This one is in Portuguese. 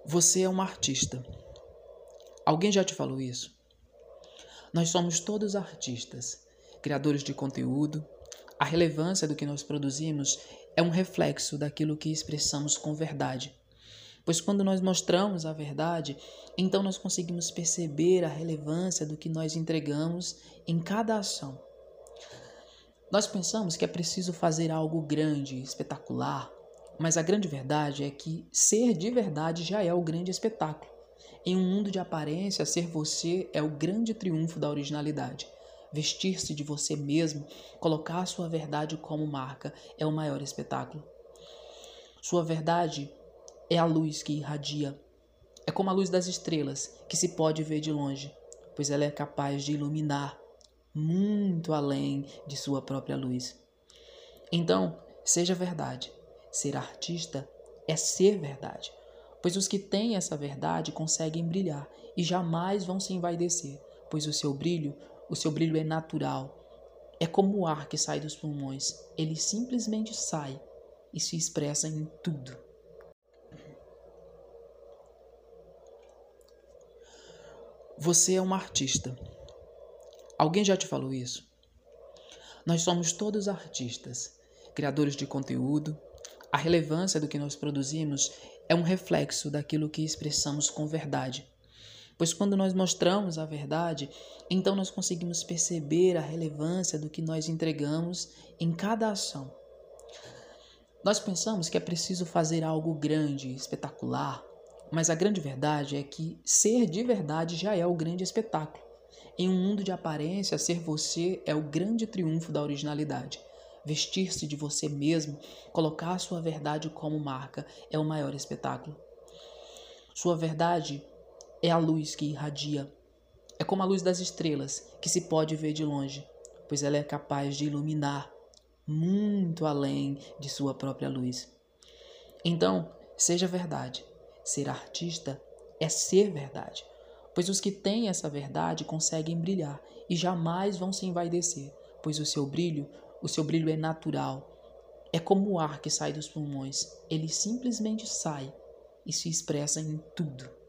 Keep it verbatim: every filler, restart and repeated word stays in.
Você é um artista. Alguém já te falou isso? Nós somos todos artistas, criadores de conteúdo. A relevância do que nós produzimos é um reflexo daquilo que expressamos com verdade. Pois quando nós mostramos a verdade, então nós conseguimos perceber a relevância do que nós entregamos em cada ação. Nós pensamos que é preciso fazer algo grande, espetacular, mas a grande verdade é que ser de verdade já é o grande espetáculo. Em um mundo de aparência, ser você é o grande triunfo da originalidade. Vestir-se de você mesmo, colocar a sua verdade como marca, é o maior espetáculo. Sua verdade é a luz que irradia. É como a luz das estrelas, que se pode ver de longe, pois ela é capaz de iluminar muito além de sua própria luz. Então, seja verdade. Ser artista é ser verdade, pois os que têm essa verdade conseguem brilhar e jamais vão se envaidecer, pois o seu brilho, o seu brilho é natural. É como o ar que sai dos pulmões, ele simplesmente sai e se expressa em tudo. Você é um artista. Alguém já te falou isso? Nós somos todos artistas, criadores de conteúdo. A relevância do que nós produzimos é um reflexo daquilo que expressamos com verdade. Pois quando nós mostramos a verdade, então nós conseguimos perceber a relevância do que nós entregamos em cada ação. Nós pensamos que é preciso fazer algo grande, espetacular, mas a grande verdade é que ser de verdade já é o grande espetáculo. Em um mundo de aparência, ser você é o grande triunfo da originalidade. Vestir-se de você mesmo, colocar a sua verdade como marca, é o maior espetáculo. Sua verdade é a luz que irradia. É como a luz das estrelas, que se pode ver de longe, pois ela é capaz de iluminar muito além de sua própria luz. Então, seja verdade. Ser artista é ser verdade, pois os que têm essa verdade conseguem brilhar e jamais vão se envaidecer, pois o seu brilho, o seu brilho é natural. É como o ar que sai dos pulmões, ele simplesmente sai e se expressa em tudo.